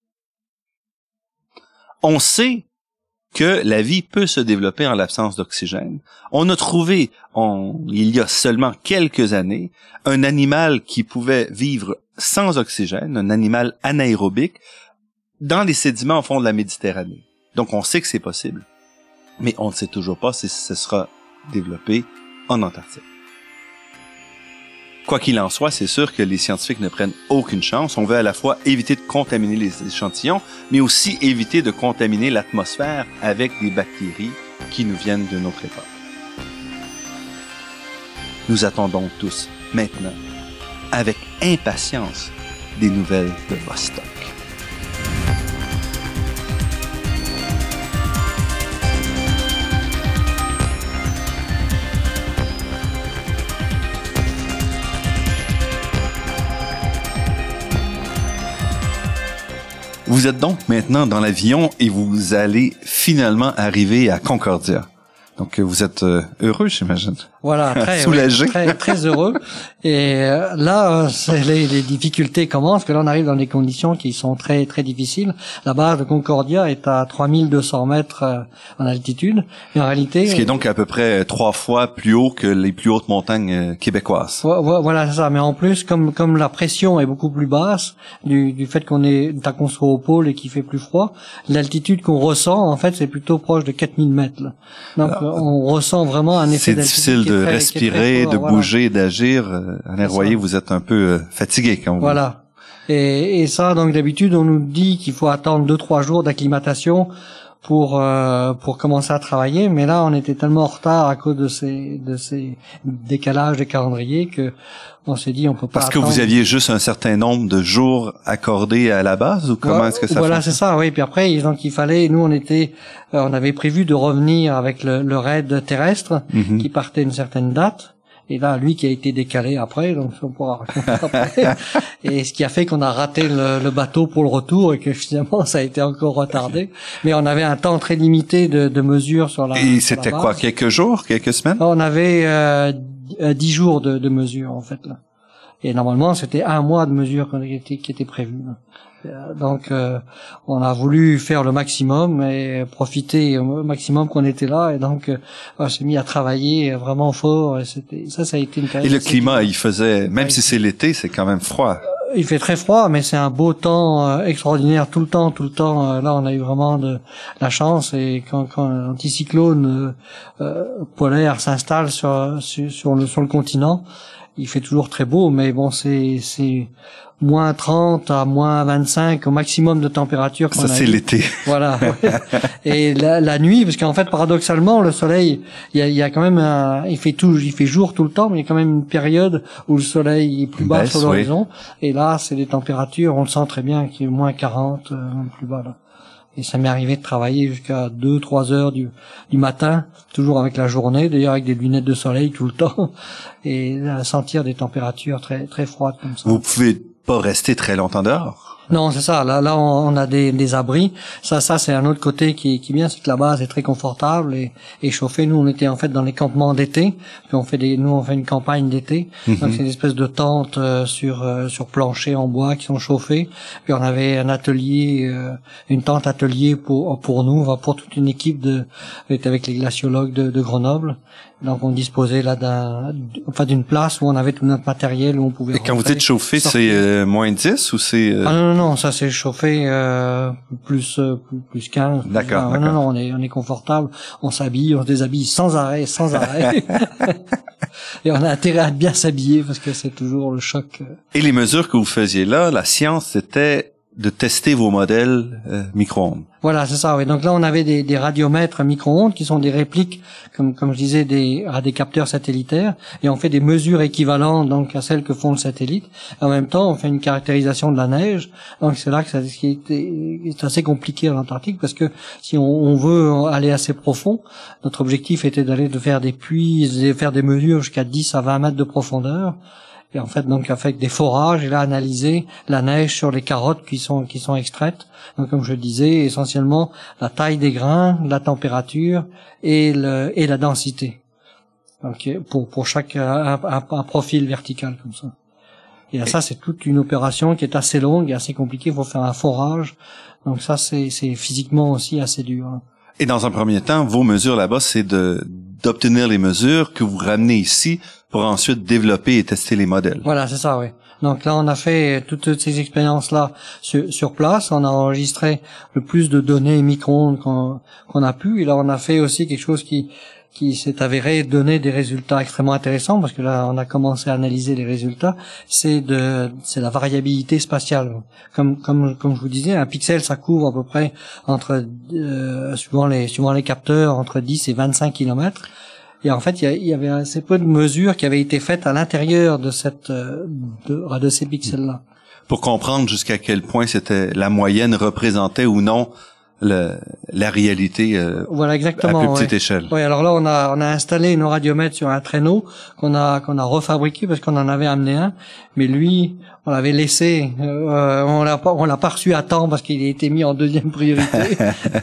On sait que la vie peut se développer en l'absence d'oxygène. On a trouvé, on, il y a seulement quelques années, un animal qui pouvait vivre sans oxygène, un animal anaérobique, dans les sédiments au fond de la Méditerranée. Donc on sait que c'est possible, mais on ne sait toujours pas si ce sera développé en Antarctique. Quoi qu'il en soit, c'est sûr que les scientifiques ne prennent aucune chance. On veut à la fois éviter de contaminer les échantillons, mais aussi éviter de contaminer l'atmosphère avec des bactéries qui nous viennent de notre époque. Nous attendons tous, maintenant, avec impatience, des nouvelles de Vostok. Vous êtes donc maintenant dans l'avion et vous allez finalement arriver à Concordia. Donc vous êtes euh, heureux, j'imagine. Voilà, très soulagé, oui, très, très heureux. Et euh, là, c'est les, les difficultés commencent, que là on arrive dans des conditions qui sont très très difficiles. La base de Concordia est à trois mille deux cents mètres euh, en altitude. Et en réalité, ce qui est donc à peu près trois fois plus haut que les plus hautes montagnes euh, québécoises. Voilà, c'est ça. Mais en plus, comme comme la pression est beaucoup plus basse du, du fait qu'on est qu'on soit au pôle et qu'il fait plus froid, l'altitude qu'on ressent, en fait, c'est plutôt proche de quatre mille mètres. Là. Donc alors, on ressent vraiment un effet d'altitude. C'est difficile de très, respirer, fort, de voilà. bouger, d'agir. Alain Royer, vous êtes un peu euh, fatigué quand vous... Voilà. Et, et ça, donc d'habitude, on nous dit qu'il faut attendre deux, trois jours d'acclimatation pour euh, pour commencer à travailler. Mais là, on était tellement en retard à cause de ces de ces décalages de calendrier que on s'est dit on peut pas. Parce attendre. Que vous aviez juste un certain nombre de jours accordés à la base ou comment ouais, est-ce que ça Voilà, c'est ça. Oui. Puis après, donc il fallait. Nous, on était, euh, on avait prévu de revenir avec le, le raid terrestre mm-hmm. qui partait une certaine date. Et là, lui qui a été décalé après, donc on pourra raconter après. Et ce qui a fait qu'on a raté le, le bateau pour le retour et que finalement ça a été encore retardé. Mais on avait un temps très limité de, de mesures sur la. Et c'était quoi, quelques jours, quelques semaines? On avait euh, dix jours de, de mesures en fait là. Et normalement c'était un mois de mesures qui était, qui était prévu. Là. Donc euh, on a voulu faire le maximum et profiter au maximum qu'on était là et donc euh, on s'est mis à travailler vraiment fort et c'était ça ça a été une période. Et le climat, il faisait même ouais, si c'est l'été, c'est quand même froid. Euh, il fait très froid mais c'est un beau temps euh, extraordinaire tout le temps tout le temps euh, là on a eu vraiment de la chance et quand quand un anticyclone euh, euh, polaire s'installe sur, sur sur le sur le continent, il fait toujours très beau mais bon c'est c'est moins trente à moins vingt-cinq au maximum de température qu'on ça c'est eu. L'été. Voilà. Et la, la nuit, parce qu'en fait paradoxalement le soleil, il y a, il y a quand même un, il fait tout, il fait jour tout le temps, mais il y a quand même une période où le soleil est plus bas sur l'horizon. Oui. Et là c'est des températures, on le sent très bien, qui est moins quarante, euh, plus bas là. Et ça m'est arrivé de travailler jusqu'à deux, trois heures du, du matin, toujours avec la journée, d'ailleurs avec des lunettes de soleil tout le temps, et à sentir des températures très très froides comme ça. Vous pouvez pas rester très longtemps dehors. Non, c'est ça. Là, là, on a des, des abris. Ça, ça, c'est un autre côté qui, qui est bien, c'est que la base est très confortable et, et chauffée. Nous, on était en fait dans les campements d'été. Puis on fait des, nous, on fait une campagne d'été. Mm-hmm. Donc c'est une espèce de tente euh, sur euh, sur plancher en bois qui sont chauffées. Puis on avait un atelier, euh, une tente atelier pour pour nous, pour toute une équipe de, avec les glaciologues de, de Grenoble. Donc on disposait là d'un, enfin d'une place où on avait tout notre matériel où on pouvait. Et quand vous dites chauffé, c'est euh, moins dix ou c'est euh... Ah non non non, ça c'est chauffé euh, plus euh, plus, plus quinze. D'accord. Ah, non non, on est on est confortable, on s'habille, on se déshabille sans arrêt, sans arrêt. Et on a intérêt à bien s'habiller parce que c'est toujours le choc. Et les mesures que vous faisiez là, la science c'était de tester vos modèles euh, micro-ondes. Voilà, c'est ça. Oui. Donc là, on avait des, des radiomètres micro-ondes qui sont des répliques, comme comme je disais, des à des capteurs satellitaires, et on fait des mesures équivalentes donc à celles que font le satellite. En même temps, on fait une caractérisation de la neige. Donc c'est là que ça c'est assez compliqué en Antarctique parce que si on, on veut aller assez profond, notre objectif était d'aller de faire des puits, de faire des mesures jusqu'à dix à vingt mètres de profondeur. Et en fait, donc, avec des forages, et là, analyser la neige sur les carottes qui sont, qui sont extraites. Donc, comme je disais, essentiellement, la taille des grains, la température et le, et la densité. Donc, pour, pour chaque, un, un, un profil vertical comme ça. Et ça, c'est toute une opération qui est assez longue et assez compliquée. Il faut faire un forage. Donc ça, c'est, c'est physiquement aussi assez dur. Et dans un premier temps, vos mesures là-bas, c'est de, d'obtenir les mesures que vous ramenez ici pour ensuite développer et tester les modèles. Voilà, c'est ça, oui. Donc là, on a fait toutes ces expériences-là sur, sur place. On a enregistré le plus de données micro-ondes qu'on, qu'on a pu. Et là, on a fait aussi quelque chose qui qui s'est avéré donner des résultats extrêmement intéressants parce que là, on a commencé à analyser les résultats. C'est de, c'est la variabilité spatiale. Comme comme comme je vous disais, un pixel, ça couvre à peu près entre euh, suivant les suivant les capteurs entre dix et vingt-cinq kilomètres. Et en fait, il y avait assez peu de mesures qui avaient été faites à l'intérieur de cette de, de ces pixels-là. Pour comprendre jusqu'à quel point c'était la moyenne représentait ou non le, la réalité euh, voilà, exactement, à plus petite ouais. échelle. Oui, alors là, on a on a installé nos radiomètres sur un traîneau qu'on a qu'on a refabriqué parce qu'on en avait amené un, mais lui, on l'avait laissé, euh, on l'a pas on l'a pas reçu à temps parce qu'il a été mis en deuxième priorité.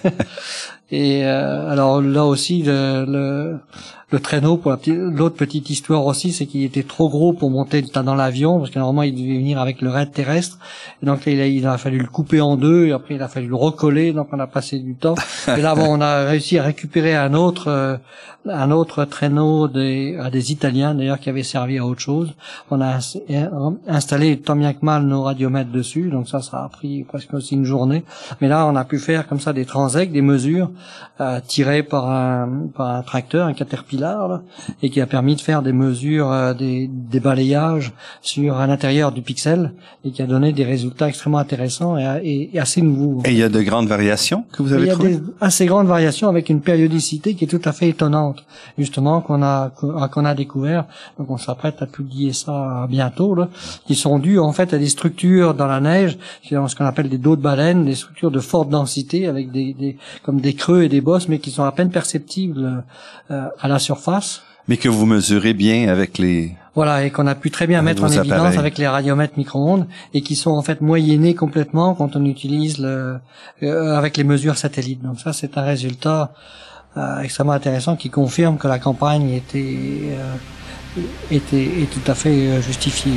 Et euh, alors là aussi, le, le, le traîneau, pour la petite, l'autre petite histoire aussi, c'est qu'il était trop gros pour monter dans l'avion, parce que normalement il devait venir avec le raid terrestre. Et donc là, il a, il a fallu le couper en deux, et après il a fallu le recoller, donc on a passé du temps. Et là, bon, on a réussi à récupérer un autre, euh, un autre traîneau des, à des Italiens d'ailleurs qui avait servi à autre chose. On a installé tant bien que mal nos radiomètres dessus, donc ça, ça a pris presque aussi une journée. Mais là, on a pu faire comme ça des transects, des mesures. Euh, tiré par un par un tracteur, un Caterpillar, là, et qui a permis de faire des mesures, euh, des, des balayages sur à l'intérieur du pixel, et qui a donné des résultats extrêmement intéressants et, et, et assez nouveaux. Et il y a de grandes variations que vous avez trouvées? Il y a des assez grandes variations avec une périodicité qui est tout à fait étonnante, justement qu'on a qu'on a découvert. Donc on s'apprête à publier ça bientôt, là, qui sont dues en fait à des structures dans la neige, ce qu'on appelle des dos de baleine, des structures de forte densité avec des, des comme des creux et des bosses, mais qui sont à peine perceptibles euh, à la surface. Mais que vous mesurez bien avec les... Voilà, et qu'on a pu très bien avec mettre en évidence appareils. avec les radiomètres micro-ondes, et qui sont en fait moyennés complètement quand on utilise le euh, avec les mesures satellites. Donc ça, c'est un résultat euh, extrêmement intéressant qui confirme que la campagne était euh, était est tout à fait euh, justifiée.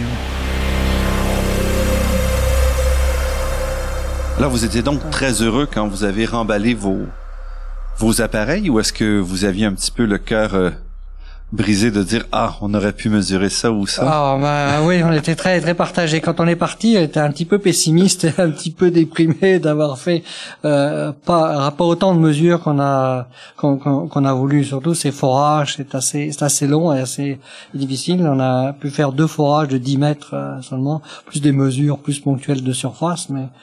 Là, vous étiez donc très heureux quand vous avez remballé vos vos appareils, ou est-ce que vous aviez un petit peu le cœur euh, brisé de dire ah, on aurait pu mesurer ça ou ça? Ah bah oui, on était très très partagés. Quand on est parti, on était un petit peu pessimiste et un petit peu déprimé d'avoir fait euh, pas pas autant de mesures qu'on a qu'on, qu'on, qu'on a voulu. Surtout ces forages, c'est assez c'est assez long et assez difficile. On a pu faire deux forages de dix mètres euh, seulement, plus des mesures plus ponctuelles de surface, mais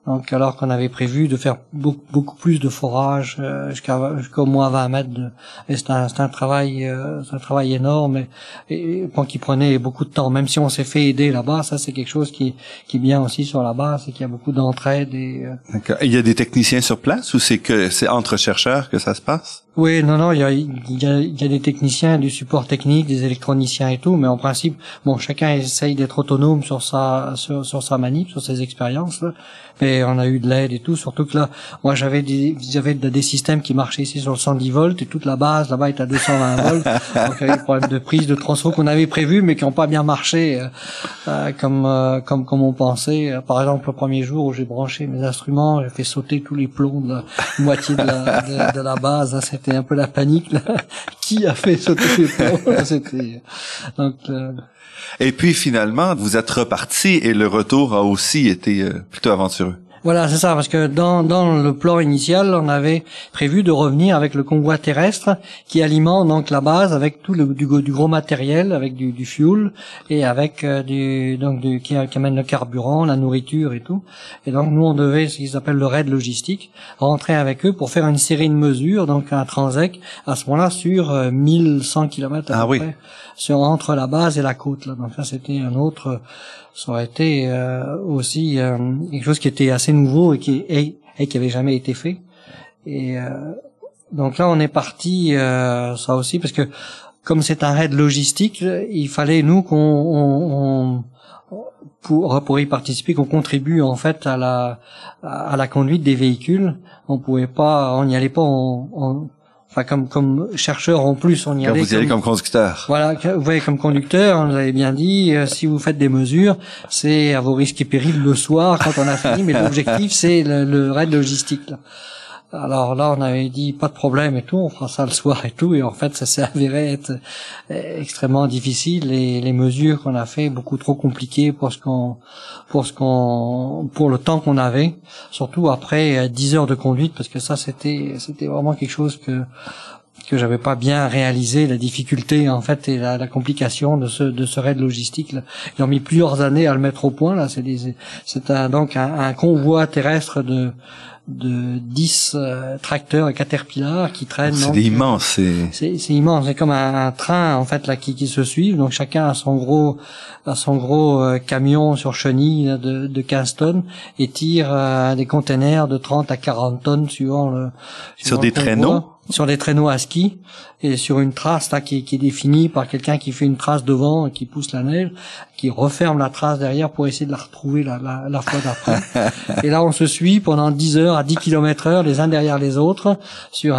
Donc, alors qu'on avait prévu de faire beaucoup, beaucoup plus de forage euh, jusqu'à jusqu'au moins vingt mètres. De, et c'est un, c'est un travail, euh, c'est un travail énorme et, et bon, qui prenait beaucoup de temps. Même si on s'est fait aider là-bas, ça c'est quelque chose qui qui est bien aussi sur la base, c'est qu'il y a beaucoup d'entraide. Et euh... D'accord. Il y a des techniciens sur place ou c'est que c'est entre chercheurs que ça se passe? Oui, non, non, il y a, il y a, il y a des techniciens, du support technique, des électroniciens et tout, mais en principe, bon, chacun essaye d'être autonome sur sa, sur, sur sa manip, sur ses expériences, là. Mais on a eu de l'aide et tout, surtout que là, moi, j'avais des, j'avais des systèmes qui marchaient ici sur le cent dix volts et toute la base, là-bas, est à deux cent vingt volts. Donc, il y avait des problèmes de prise, de transfo qu'on avait prévus, mais qui n'ont pas bien marché, euh, euh, comme, euh, comme, comme on pensait. Par exemple, le premier jour où j'ai branché mes instruments, j'ai fait sauter tous les plombs de la moitié de la, de, de la base, hein, c'était un peu la panique, là. Qui a fait sauter les plombs? C'était, donc, euh... Et puis finalement, vous êtes reparti et le retour a aussi été euh, plutôt aventureux. Voilà, c'est ça, parce que dans dans le plan initial, on avait prévu de revenir avec le convoi terrestre qui alimente donc la base avec tout le du, du gros matériel, avec du, du fuel et avec euh, du donc du qui, qui amène le carburant, la nourriture et tout. Et donc nous on devait, ce qu'ils appellent le raid logistique, rentrer avec eux pour faire une série de mesures, donc un transect à ce moment-là sur euh, mille cent kilomètres à ah, peu oui. près, sur entre la base et la côte là. Donc ça c'était un autre. Ça aurait été euh, aussi euh, quelque chose qui était assez nouveau et qui et, et qui avait jamais été fait. Et euh, donc là, on est parti euh, ça aussi parce que comme c'est un raid logistique, il fallait nous qu'on on, on, pour pour y participer, qu'on contribue en fait à la à la conduite des véhicules. On pouvait pas, on n'y allait pas en, en Enfin, comme comme chercheur en plus, on y Quand allait. vous y allez comme, comme conducteur. Voilà, vous voyez, comme conducteur, on nous avait bien dit, euh, si vous faites des mesures, c'est à vos risques et périls le soir quand on a fini, mais l'objectif c'est le, le raid logistique. Là. Alors là, on avait dit pas de problème et tout, on fera ça le soir et tout, et en fait, ça s'est avéré être extrêmement difficile. Et les mesures qu'on a fait beaucoup trop compliquées pour ce qu'on, pour ce qu'on, pour le temps qu'on avait, surtout après dix heures de conduite, parce que ça, c'était, c'était vraiment quelque chose que que j'avais pas bien réalisé, la difficulté en fait et la, la complication de ce de ce raid logistique. Là. Ils ont mis plusieurs années à le mettre au point. Là, c'est des, c'est un, donc un, un convoi terrestre de de dix euh, tracteurs et caterpillars qui traînent. C'est donc, immense. C'est... c'est c'est immense. C'est comme un, un train en fait là qui qui se suivent. Donc chacun a son gros a son gros euh, camion sur chenille là, de de quinze tonnes et tire euh, des containers de trente à quarante tonnes suivant le suivant sur le des convoi. traîneaux. Sur des traîneaux à ski et sur une trace là qui, qui est définie par quelqu'un qui fait une trace devant et qui pousse la neige, qui referme la trace derrière pour essayer de la retrouver la, la, la fois d'après. Et là on se suit pendant dix heures à dix kilomètres heure les uns derrière les autres sur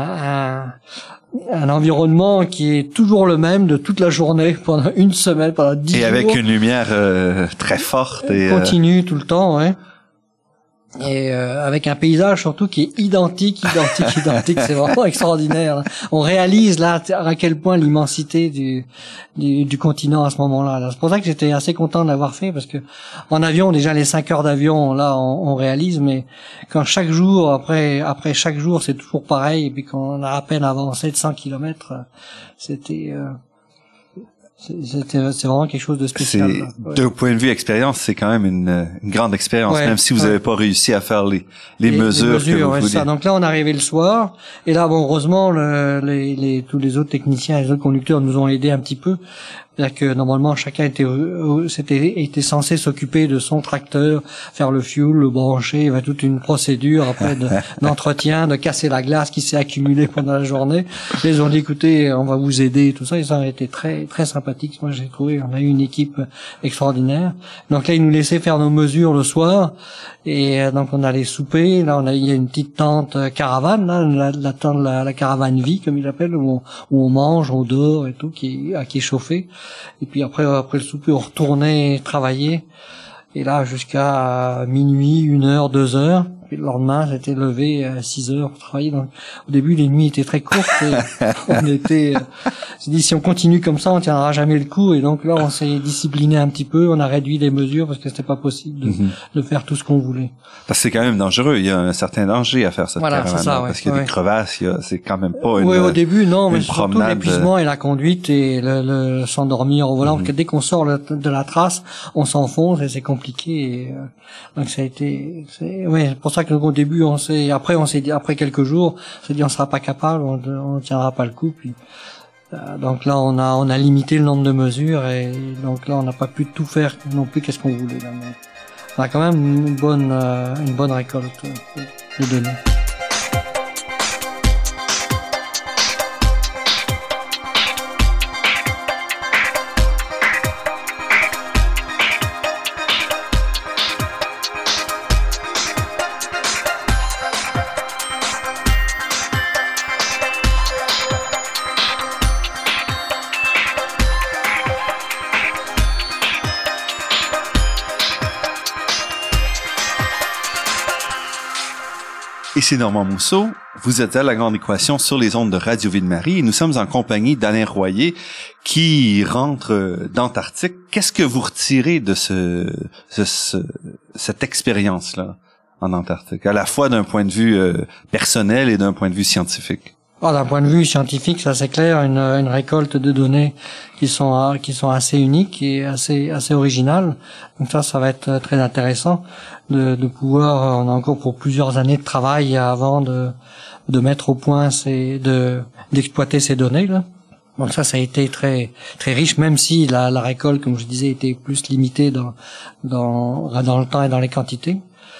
un, un un environnement qui est toujours le même de toute la journée pendant une semaine, pendant dix jours. Et avec une lumière euh, très forte et continue euh... tout le temps, ouais. Et euh, avec un paysage surtout qui est identique, identique, identique, c'est vraiment extraordinaire. Là. On réalise là à quel point l'immensité du, du du continent à ce moment-là. Là. C'est pour ça que j'étais assez content de l'avoir fait parce que en avion déjà les cinq heures d'avion là on, on réalise, mais quand chaque jour après après chaque jour c'est toujours pareil et puis quand on a à peine avancé de cent kilomètres, c'était euh, C'était, c'est vraiment quelque chose de spécial. Ouais. D'un point de vue expérience, c'est quand même une, une grande expérience, ouais, même si vous n'avez ouais. pas réussi à faire les, les, les mesures, les mesures que vous ouais, vouliez. Ça. Donc là, on est arrivé le soir, et là, bon, heureusement, le, les, les, tous les autres techniciens et les autres conducteurs nous ont aidés un petit peu. C'est-à-dire que normalement chacun était c'était était censé s'occuper de son tracteur, faire le fuel, le brancher, il y avait toute une procédure après de, d'entretien, de casser la glace qui s'est accumulée pendant la journée. Ils ont dit écoutez, on va vous aider, tout ça. Ils ont été très très sympathiques. Moi j'ai trouvé, on a eu une équipe extraordinaire. Donc là ils nous laissaient faire nos mesures le soir et donc on allait souper. Là on a il y a une petite tente caravane, là, la, la tente la, la caravane vie comme ils l'appellent, où on, où on mange, on dort et tout, qui qui est chauffée. Et puis après, après le souper, on retournait travailler. Et là, jusqu'à minuit, une heure, deux heures. puis le lendemain, j'étais levé à six heures pour travailler. Donc, au début, les nuits étaient très courtes. Et on était, euh, j'ai dit, si on continue comme ça, on tiendra jamais le coup. Et donc là, on s'est discipliné un petit peu. On a réduit les mesures parce que c'était pas possible de, mm-hmm. de faire tout ce qu'on voulait. Parce que c'est quand même dangereux. Il y a un certain danger à faire cette voilà, caravane. Ça, ouais, parce qu'il y a ouais. des crevasses. Il y a, c'est quand même pas une. Oui, au début, non, mais surtout l'épuisement et la conduite et le, le s'endormir au volant. Mm-hmm. Parce que dès qu'on sort le, de la trace, on s'enfonce et c'est compliqué. Et, euh, donc ça a été, c'est, ouais, c'est pour ça que au début, on s'est, après, on s'est dit, après quelques jours, on s'est dit, on sera pas capable, on, on tiendra pas le coup. Puis, euh, donc là, on a, on a limité le nombre de mesures et donc là, on n'a pas pu tout faire non plus qu'est-ce qu'on voulait. Là, mais on a quand même une bonne, euh, une bonne récolte euh, de données. Ici Normand Mousseau, vous êtes à La Grande Équation sur les ondes de Radio Ville-Marie et nous sommes en compagnie d'Alain Royer qui rentre d'Antarctique. Qu'est-ce que vous retirez de ce, ce, ce cette expérience-là en Antarctique, à la fois d'un point de vue euh, personnel et d'un point de vue scientifique? Oh, d'un point de vue scientifique, ça c'est clair, une, une récolte de données qui sont qui sont assez uniques et assez assez originales. Donc ça, ça va être très intéressant de, de pouvoir. On a encore pour plusieurs années de travail avant de de mettre au point ces de d'exploiter ces données là. Donc ça, ça a été très très riche, même si la, la récolte, comme je disais, était plus limitée dans dans dans le temps et dans les quantités.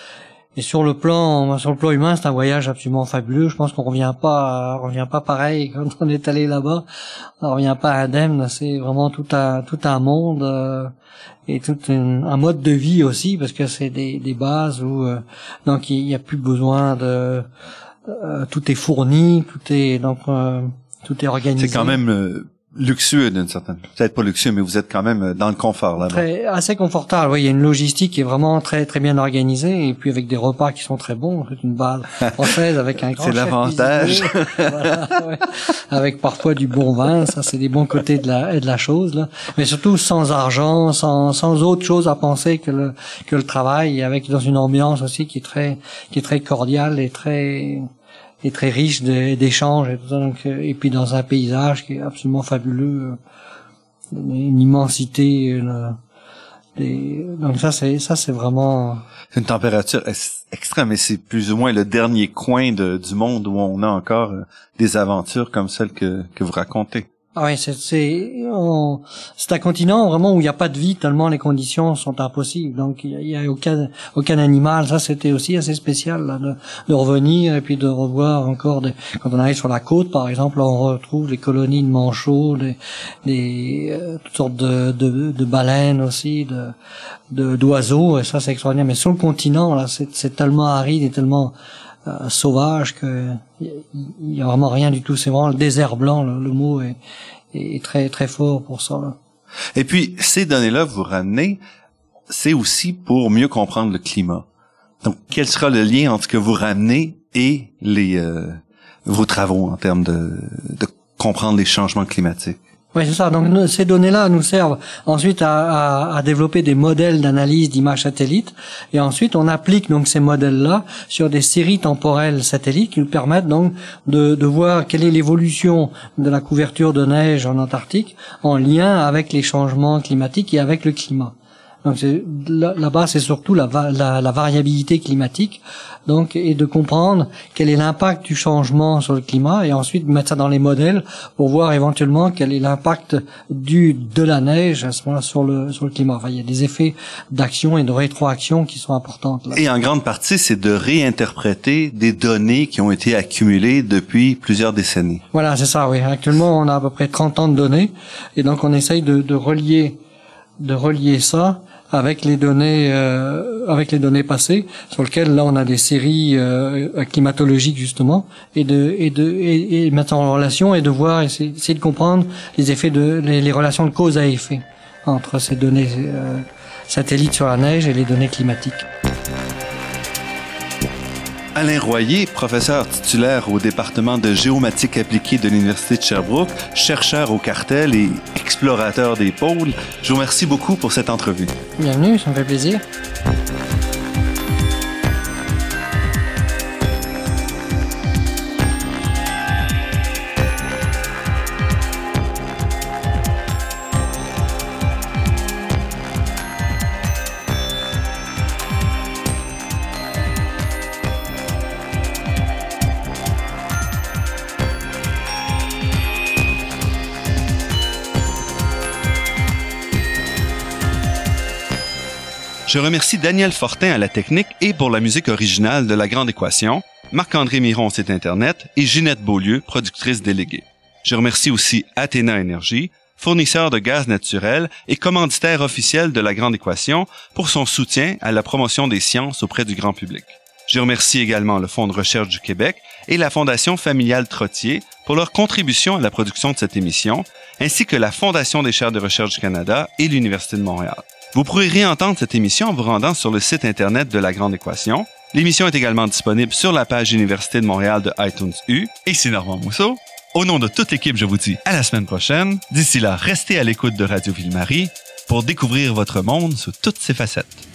Et sur le plan, sur le plan humain, c'est un voyage absolument fabuleux. Je pense qu'on revient pas, on revient pas pareil quand on est allé là-bas. On revient pas indemne. C'est vraiment tout un, tout un monde euh, et tout une, un mode de vie aussi, parce que c'est des, des bases où euh, donc il y a plus besoin de, euh, tout est fourni, tout est donc euh, tout est organisé. C'est quand même euh, luxueux d'une certaine, peut-être pas luxueux, mais vous êtes quand même dans le confort là-bas. Très, assez confortable. Oui, il y a une logistique qui est vraiment très très bien organisée et puis avec des repas qui sont très bons. C'est une base française avec un grand. C'est chef l'avantage. Voilà, ouais. Avec parfois du bon vin, ça c'est des bons côtés de la de la chose là. Mais surtout sans argent, sans sans autre chose à penser que le que le travail, avec dans une ambiance aussi qui est très qui est très cordiale et très est très riche de, d'échanges et tout ça, donc, et puis dans un paysage qui est absolument fabuleux, une immensité, une, des, donc ça c'est ça c'est vraiment c'est une température extrême, et c'est plus ou moins le dernier coin de, du monde où on a encore des aventures comme celles que que vous racontez. Ah oui, c'est c'est on, c'est un continent vraiment où il n'y a pas de vie tellement les conditions sont impossibles. Donc il y a, il y a aucun aucun animal. Ça c'était aussi assez spécial là, de, de revenir et puis de revoir encore des, quand on arrive sur la côte par exemple, on retrouve les colonies de manchots, des, des euh, toutes sortes de, de de baleines aussi, de de d'oiseaux. Et ça c'est extraordinaire. Mais sur le continent là, c'est c'est tellement aride et tellement Euh, sauvage que il y a vraiment rien du tout. C'est vraiment le désert blanc. Le, le mot est, est très très fort pour ça. Là. Et puis ces données-là vous ramenez, c'est aussi pour mieux comprendre le climat. Donc quel sera le lien entre ce que vous ramenez et les euh, vos travaux en termes de, de comprendre les changements climatiques? Oui, c'est ça. Donc nous, ces données-là nous servent ensuite à, à, à développer des modèles d'analyse d'images satellites, et ensuite on applique donc ces modèles-là sur des séries temporelles satellites qui nous permettent donc de, de voir quelle est l'évolution de la couverture de neige en Antarctique en lien avec les changements climatiques et avec le climat. Donc c'est, là, là-bas, c'est surtout la, la, la variabilité climatique, donc, et de comprendre quel est l'impact du changement sur le climat, et ensuite mettre ça dans les modèles pour voir éventuellement quel est l'impact du de la neige à ce moment-là sur le sur le climat. Enfin, il y a des effets d'action et de rétroaction qui sont importantes. Là. Et en grande partie, c'est de réinterpréter des données qui ont été accumulées depuis plusieurs décennies. Voilà, c'est ça. Oui, actuellement, on a à peu près trente ans de données, et donc on essaye de, de relier de relier ça avec les données euh, avec les données passées, sur lesquelles là on a des séries euh, climatologiques justement, et de et de et, et mettre en relation et de voir essayer, essayer de comprendre les effets de les, les relations de cause à effet entre ces données euh, satellites sur la neige et les données climatiques. Alain Royer, professeur titulaire au département de géomatique appliquée de l'Université de Sherbrooke, chercheur au cartel et explorateur des pôles, je vous remercie beaucoup pour cette entrevue. Bienvenue, ça me fait plaisir. Je remercie Daniel Fortin à la technique et pour la musique originale de La Grande Équation, Marc-André Miron, site Internet, et Ginette Beaulieu, productrice déléguée. Je remercie aussi Athéna Énergie, fournisseur de gaz naturel et commanditaire officiel de La Grande Équation, pour son soutien à la promotion des sciences auprès du grand public. Je remercie également le Fonds de recherche du Québec et la Fondation familiale Trottier pour leur contribution à la production de cette émission, ainsi que la Fondation des chaires de recherche du Canada et l'Université de Montréal. Vous pourrez réentendre cette émission en vous rendant sur le site Internet de La Grande Équation. L'émission est également disponible sur la page Université de Montréal de iTunes U. Et c'est Normand Mousseau. Au nom de toute l'équipe, je vous dis à la semaine prochaine. D'ici là, restez à l'écoute de Radio Ville-Marie pour découvrir votre monde sous toutes ses facettes.